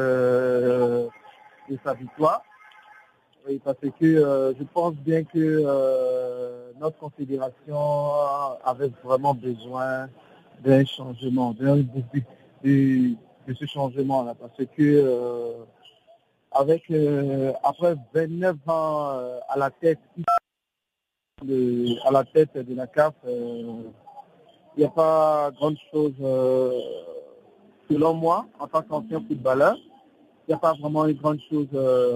de sa victoire, parce que je pense bien que notre confédération avait vraiment besoin d'un changement, de ce changement-là, parce que après 29 ans à la tête de la CAF, il n'y a pas grande chose, selon moi, en tant qu'ancien footballeur, il n'y a pas vraiment une grande chose,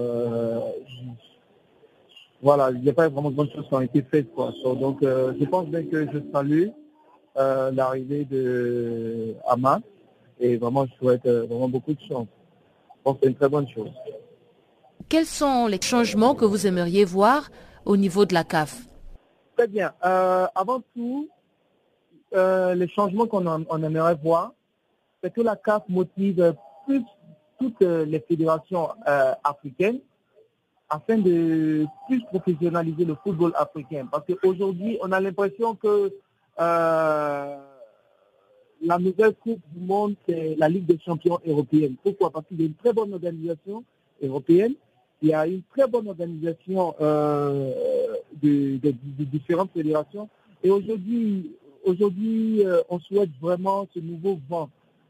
il n'y a pas vraiment de grandes choses qui ont été faites, quoi. Donc, je pense bien que je salue l'arrivée de Ahmad, et vraiment, je souhaite vraiment beaucoup de chance. Je pense que c'est une très bonne chose. Quels sont les changements que vous aimeriez voir au niveau de la CAF? Très bien. Avant tout, les changements qu'on aimerait voir, c'est que la CAF motive plus toutes les fédérations africaines afin de plus professionnaliser le football africain. Parce qu'aujourd'hui, on a l'impression que la nouvelle Coupe du Monde, c'est la Ligue des champions européenne. Pourquoi? Parce qu'il y a une très bonne organisation européenne, il y a une très bonne organisation de différentes fédérations. Et aujourd'hui, on souhaite vraiment ce nouveau vent.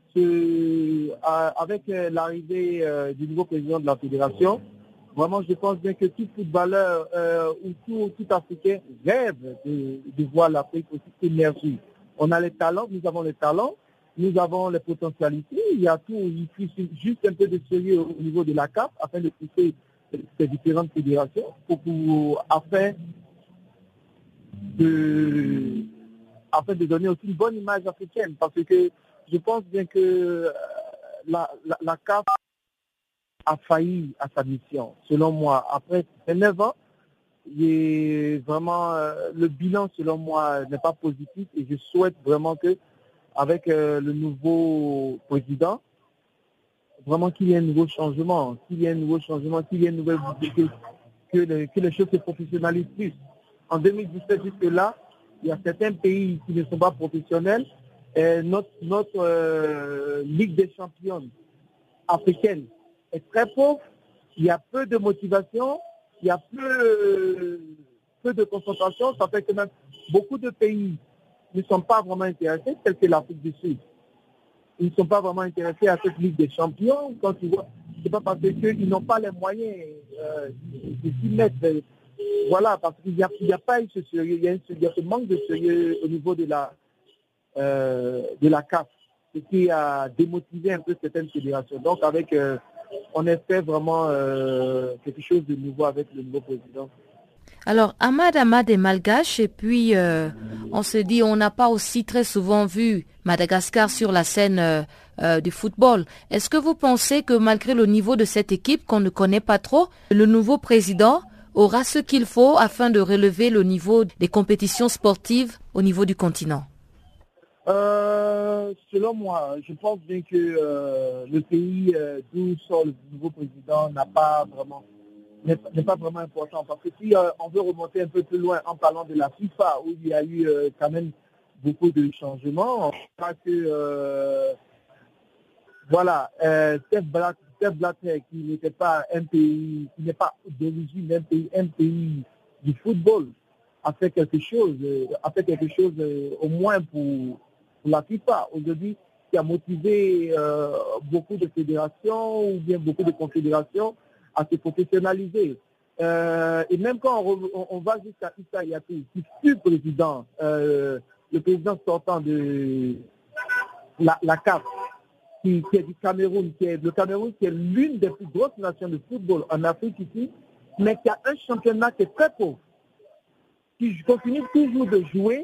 Avec l'arrivée du nouveau président de la fédération, vraiment, je pense bien que tout footballeur ou tout Africain rêve de voir l'Afrique aussi émerger. On a les talents, nous avons les talents, nous avons les potentialités. Il y a tout, il faut juste un peu de sérieux au niveau de la CAF afin de pousser ces différentes fédérations afin de donner aussi une bonne image africaine. Parce que je pense bien que la CAF a failli à sa mission, selon moi. Après 9 ans, le bilan, selon moi, n'est pas positif, et je souhaite vraiment que, avec le nouveau président, vraiment qu'il y ait un nouveau changement, que les choses se professionnalisent plus. En 2017, jusque-là, il y a certains pays qui ne sont pas professionnels, et notre Ligue des champions africaine est très pauvre, il y a peu de motivation, il y a peu de concentration, ça fait que même beaucoup de pays ne sont pas vraiment intéressés, tels que l'Afrique du Sud. Ils ne sont pas vraiment intéressés à cette Ligue des champions. Quand tu vois, c'est pas parce qu'ils n'ont pas les moyens de s'y mettre. Voilà, parce qu'il n'y a pas eu ce sérieux, il y a ce manque de sérieux au niveau de la CAF. ce qui a démotivé un peu certaines fédérations. Donc on espère vraiment quelque chose de nouveau avec le nouveau président. Alors, Ahmad est malgache et puis on se dit on n'a pas aussi très souvent vu Madagascar sur la scène du football. Est-ce que vous pensez que malgré le niveau de cette équipe qu'on ne connaît pas trop, le nouveau président aura ce qu'il faut afin de relever le niveau des compétitions sportives au niveau du continent? Selon moi, je pense bien que le pays d'où sort le nouveau président n'est pas vraiment important. Parce que si on veut remonter un peu plus loin en parlant de la FIFA, où il y a eu quand même beaucoup de changements, on voit que Sepp Blatter, qui n'était pas un pays, qui n'est pas d'origine un pays du football, a fait quelque chose au moins pour la FIFA aujourd'hui, qui a motivé beaucoup de fédérations ou bien beaucoup de confédérations à se professionnaliser. Et même quand on va jusqu'à Issa Hayatou, qui fut président, le président sortant de la CAF, qui est du Cameroun, le Cameroun qui est l'une des plus grosses nations de football en Afrique ici, mais qui a un championnat qui est très pauvre, qui continue toujours de jouer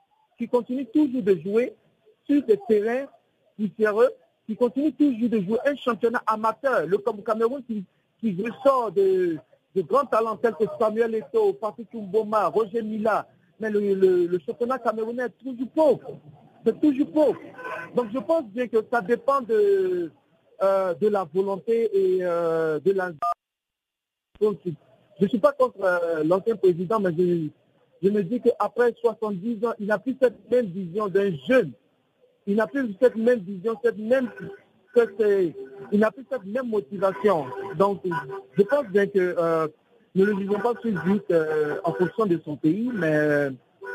sur des terrains poussiéreux, qui continue toujours de jouer un championnat amateur. Le Cameroun qui ressort de grands talents tels que Samuel Eto'o, Patrick Mboma, Roger Mila, mais le championnat camerounais est toujours pauvre. C'est toujours pauvre. Donc je pense bien que ça dépend de la volonté et de la... Je ne suis pas contre l'ancien président, mais je me dis qu'après 70 ans, il n'a plus cette même vision d'un jeune. Il n'a plus cette même vision, il n'a plus cette même motivation. Donc, je pense bien que nous ne le vivons pas plus vite en fonction de son pays, mais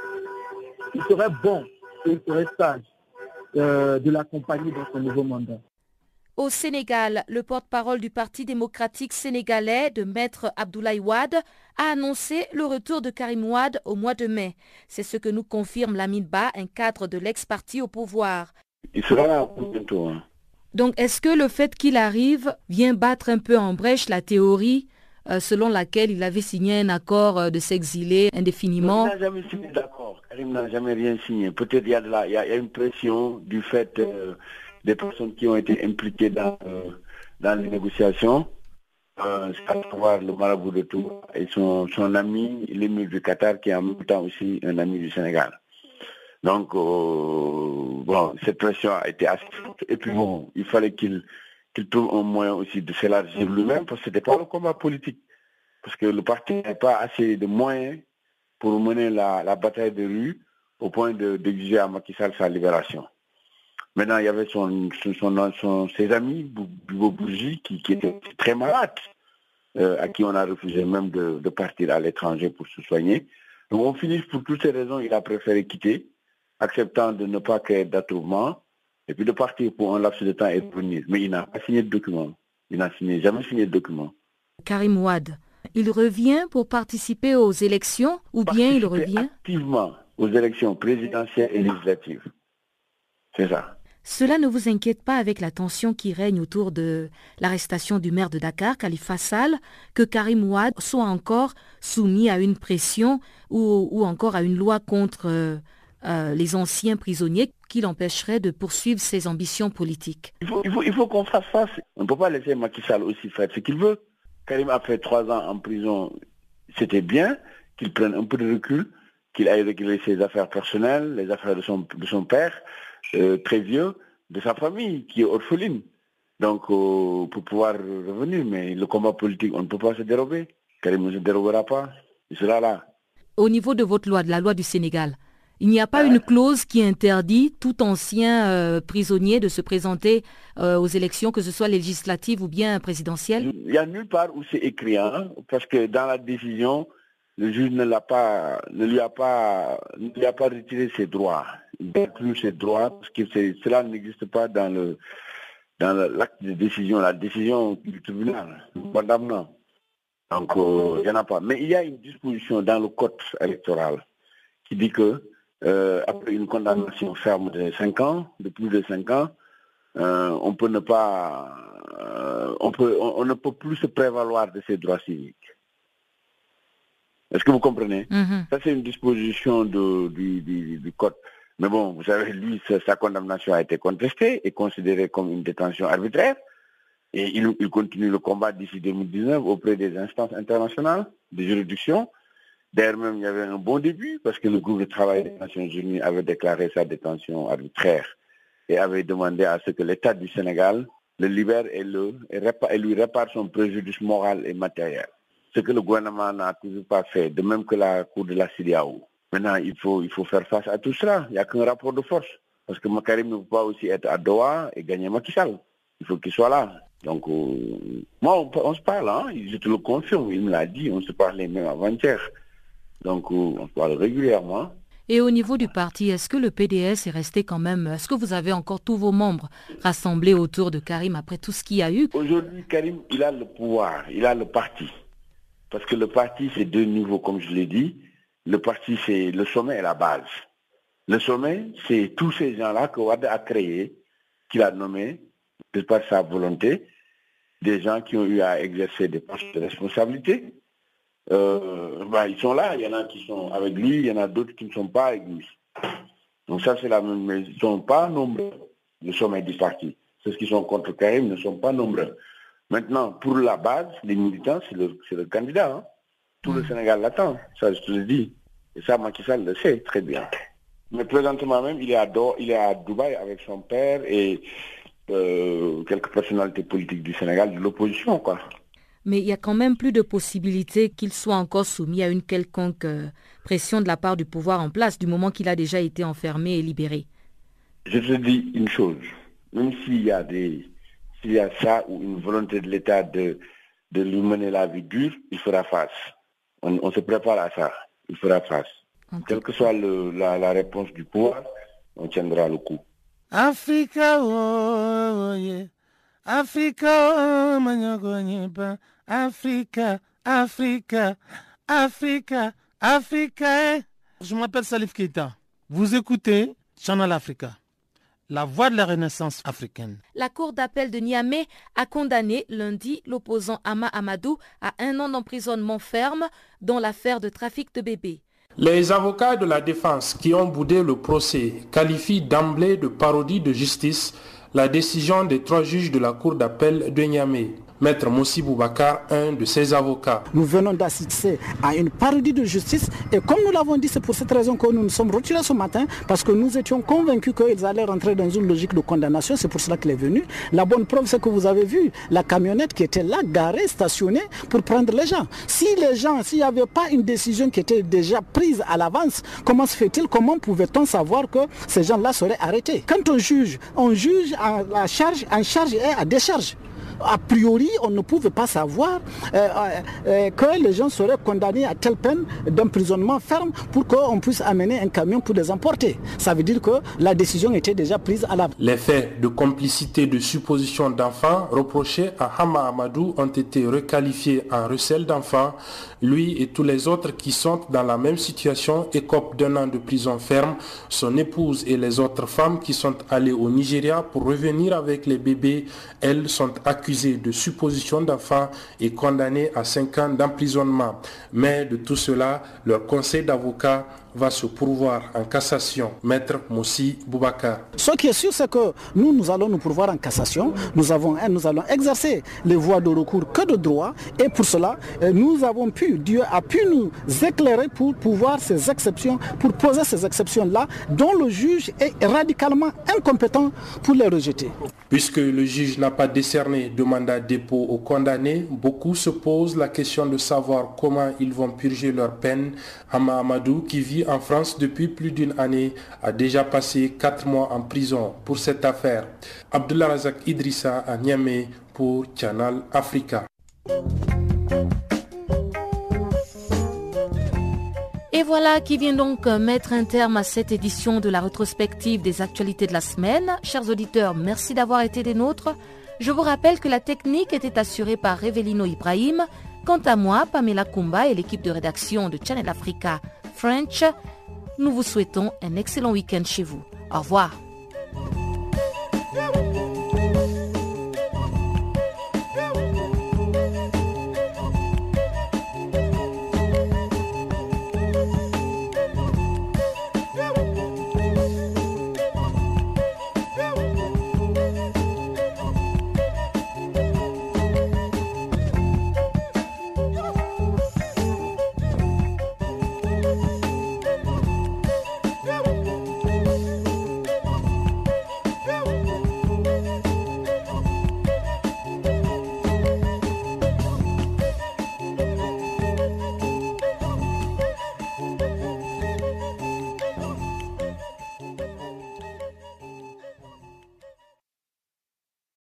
il serait bon, il serait sage de l'accompagner dans son nouveau mandat. Au Sénégal, le porte-parole du Parti démocratique sénégalais de Maître Abdoulaye Wade a annoncé le retour de Karim Wade au mois de mai. C'est ce que nous confirme Lamine Ba, un cadre de l'ex-parti au pouvoir. Il sera là bientôt. Donc, est-ce que le fait qu'il arrive vient battre un peu en brèche la théorie selon laquelle il avait signé un accord de s'exiler indéfiniment? Il n'a jamais signé d'accord. Karim n'a jamais rien signé. Peut-être il y a une pression du fait des personnes qui ont été impliquées dans les négociations, à savoir le marabout de Tours et son ami, l'émir du Qatar, qui est en même temps aussi un ami du Sénégal. Donc, cette pression a été assez forte. Et puis il fallait qu'il trouve un moyen aussi de s'élargir lui-même, parce que ce n'était pas un combat politique. Parce que le parti n'a pas assez de moyens pour mener la bataille de rue au point d'exiger à Macky Sall sa libération. Maintenant, il y avait ses amis, Bibo Bourgi, qui étaient très malades, à qui on a refusé même de partir à l'étranger pour se soigner. Donc, on finit, pour toutes ces raisons, il a préféré quitter, acceptant de ne pas créer d'attroupement, et puis de partir pour un laps de temps et revenir. Mais il n'a pas signé de document. Il n'a jamais signé de document. Karim Wade, il revient pour participer aux élections ou bien il revient activement aux élections présidentielles et législatives. C'est ça. Cela ne vous inquiète pas avec la tension qui règne autour de l'arrestation du maire de Dakar, Khalifa Sall, que Karim Wade soit encore soumis à une pression ou encore à une loi contre les anciens prisonniers qui l'empêcherait de poursuivre ses ambitions politiques? Il faut qu'on fasse face. On ne peut pas laisser Macky Sall aussi faire ce qu'il veut. Karim a fait 3 ans en prison. C'était bien qu'il prenne un peu de recul, qu'il aille régler ses affaires personnelles, les affaires de son père, très vieux, de sa famille, qui est orpheline. Donc, pour pouvoir revenir, mais le combat politique, on ne peut pas se dérober. Karim ne se dérobera pas. Il sera là. Au niveau de votre loi, de la loi du Sénégal, il n'y a pas une clause qui interdit tout ancien prisonnier de se présenter aux élections, que ce soit législatives ou bien présidentielles? Il n'y a nulle part où c'est écrit, parce que dans la décision, le juge ne lui a pas retiré ses droits. Il inclut ses droits, parce que cela n'existe pas dans l'acte de décision, la décision du tribunal, condamnant. Donc, il n'y en a pas. Mais il y a une disposition dans le code électoral qui dit que après une condamnation ferme de 5 ans, de plus de 5 ans, on ne peut plus se prévaloir de ses droits civiques. Est-ce que vous comprenez? Ça, c'est une disposition du code. Mais bon, vous savez, lui, sa condamnation a été contestée et considérée comme une détention arbitraire. Et il continue le combat d'ici 2019 auprès des instances internationales, des juridictions. D'ailleurs, même, il y avait un bon début parce que le groupe de travail des Nations Unies avait déclaré sa détention arbitraire et avait demandé à ce que l'État du Sénégal le libère et lui répare son préjudice moral et matériel. Ce que le gouvernement n'a toujours pas fait, de même que la Cour de la CEDEAO. Maintenant, il faut faire face à tout cela. Il n'y a qu'un rapport de force. Parce que Karim ne peut pas aussi être à Doha et gagner Macky Sall. Il faut qu'il soit là. Donc, moi, on se parle, hein, je te le confirme, il me l'a dit, on se parlait même avant-hier. Donc, on se parle régulièrement. Et au niveau du parti, est-ce que le PDS est resté quand même, est-ce que vous avez encore tous vos membres rassemblés autour de Karim après tout ce qu'il y a eu? Aujourd'hui, Karim, il a le pouvoir, il a le parti. Parce que le parti, c'est 2 niveaux, comme je l'ai dit. Le parti, c'est le sommet et la base. Le sommet, c'est tous ces gens-là que Wade a créés, qu'il a nommés, de par sa volonté, des gens qui ont eu à exercer des postes de responsabilité. Ils sont là, il y en a qui sont avec lui, il y en a d'autres qui ne sont pas avec lui. Donc ça, c'est la même, mais ils ne sont pas nombreux, le sommet du parti. Ceux qui sont contre Karim ne sont pas nombreux. Maintenant, pour la base, les militants, c'est le candidat. Hein. Tout le Sénégal l'attend, ça je te le dis. Et ça, Macky Sall le sait très bien. Mais présentement même, il est à Dubaï avec son père et quelques personnalités politiques du Sénégal, de l'opposition, quoi. Mais il y a quand même plus de possibilités qu'il soit encore soumis à une quelconque pression de la part du pouvoir en place, du moment qu'il a déjà été enfermé et libéré. Je te dis une chose, même s'il y a ça ou une volonté de l'État de lui mener la vie dure, il fera face. On se prépare à ça, il fera face. Quelle que soit la réponse du pouvoir, on tiendra le coup. Africa, oh, yeah. Africa, oh, manyogonyepa. Africa, Africa, Africa, Africa. Je m'appelle Salif Keita. Vous écoutez Channel Africa, la voix de la Renaissance africaine. La Cour d'appel de Niamey a condamné lundi l'opposant Ama Amadou à 1 an d'emprisonnement ferme dans l'affaire de trafic de bébés. Les avocats de la défense qui ont boudé le procès qualifient d'emblée de parodie de justice la décision des 3 juges de la Cour d'appel de Niamey. Maître Moussi Boubacar, un de ses avocats. Nous venons d'assister à une parodie de justice et comme nous l'avons dit, c'est pour cette raison que nous nous sommes retirés ce matin parce que nous étions convaincus qu'ils allaient rentrer dans une logique de condamnation. C'est pour cela qu'il est venu. La bonne preuve, c'est que vous avez vu la camionnette qui était là, garée, stationnée pour prendre les gens. S'il n'y avait pas une décision qui était déjà prise à l'avance, comment se fait-il, comment pouvait-on savoir que ces gens-là seraient arrêtés? Quand on juge en charge et à décharge. A priori, on ne pouvait pas savoir que les gens seraient condamnés à telle peine d'emprisonnement ferme pour qu'on puisse amener un camion pour les emporter. Ça veut dire que la décision était déjà prise à l'avance. Les faits de complicité de supposition d'enfants reprochés à Hama Amadou ont été requalifiés en recel d'enfants. Lui et tous les autres qui sont dans la même situation écopent d'1 an de prison ferme. Son épouse et les autres femmes qui sont allées au Nigeria pour revenir avec les bébés, elles sont accusées de supposition d'enfants et condamnées à 5 ans d'emprisonnement. Mais de tout cela, leur conseil d'avocat va se pourvoir en cassation. Maître Moussi Boubacar. Ce qui est sûr, c'est que nous allons nous pourvoir en cassation. Nous allons exercer les voies de recours que de droit. Et pour cela, Dieu a pu nous éclairer pour pouvoir ces exceptions, pour poser ces exceptions-là, dont le juge est radicalement incompétent pour les rejeter. Puisque le juge n'a pas décerné de mandat de dépôt aux condamnés, beaucoup se posent la question de savoir comment ils vont purger leur peine. Hama Amadou, qui vit en France depuis plus d'1 année, a déjà passé 4 mois en prison pour cette affaire. Abdullah Razak Idrissa à Niamey pour Channel Africa. Et voilà qui vient donc mettre un terme à cette édition de la rétrospective des actualités de la semaine. Chers auditeurs, merci d'avoir été des nôtres. Je vous rappelle que la technique était assurée par Revelino Ibrahim. Quant à moi, Pamela Kumba et l'équipe de rédaction de Channel Africa French, Nous vous souhaitons un excellent week-end chez vous. Au revoir.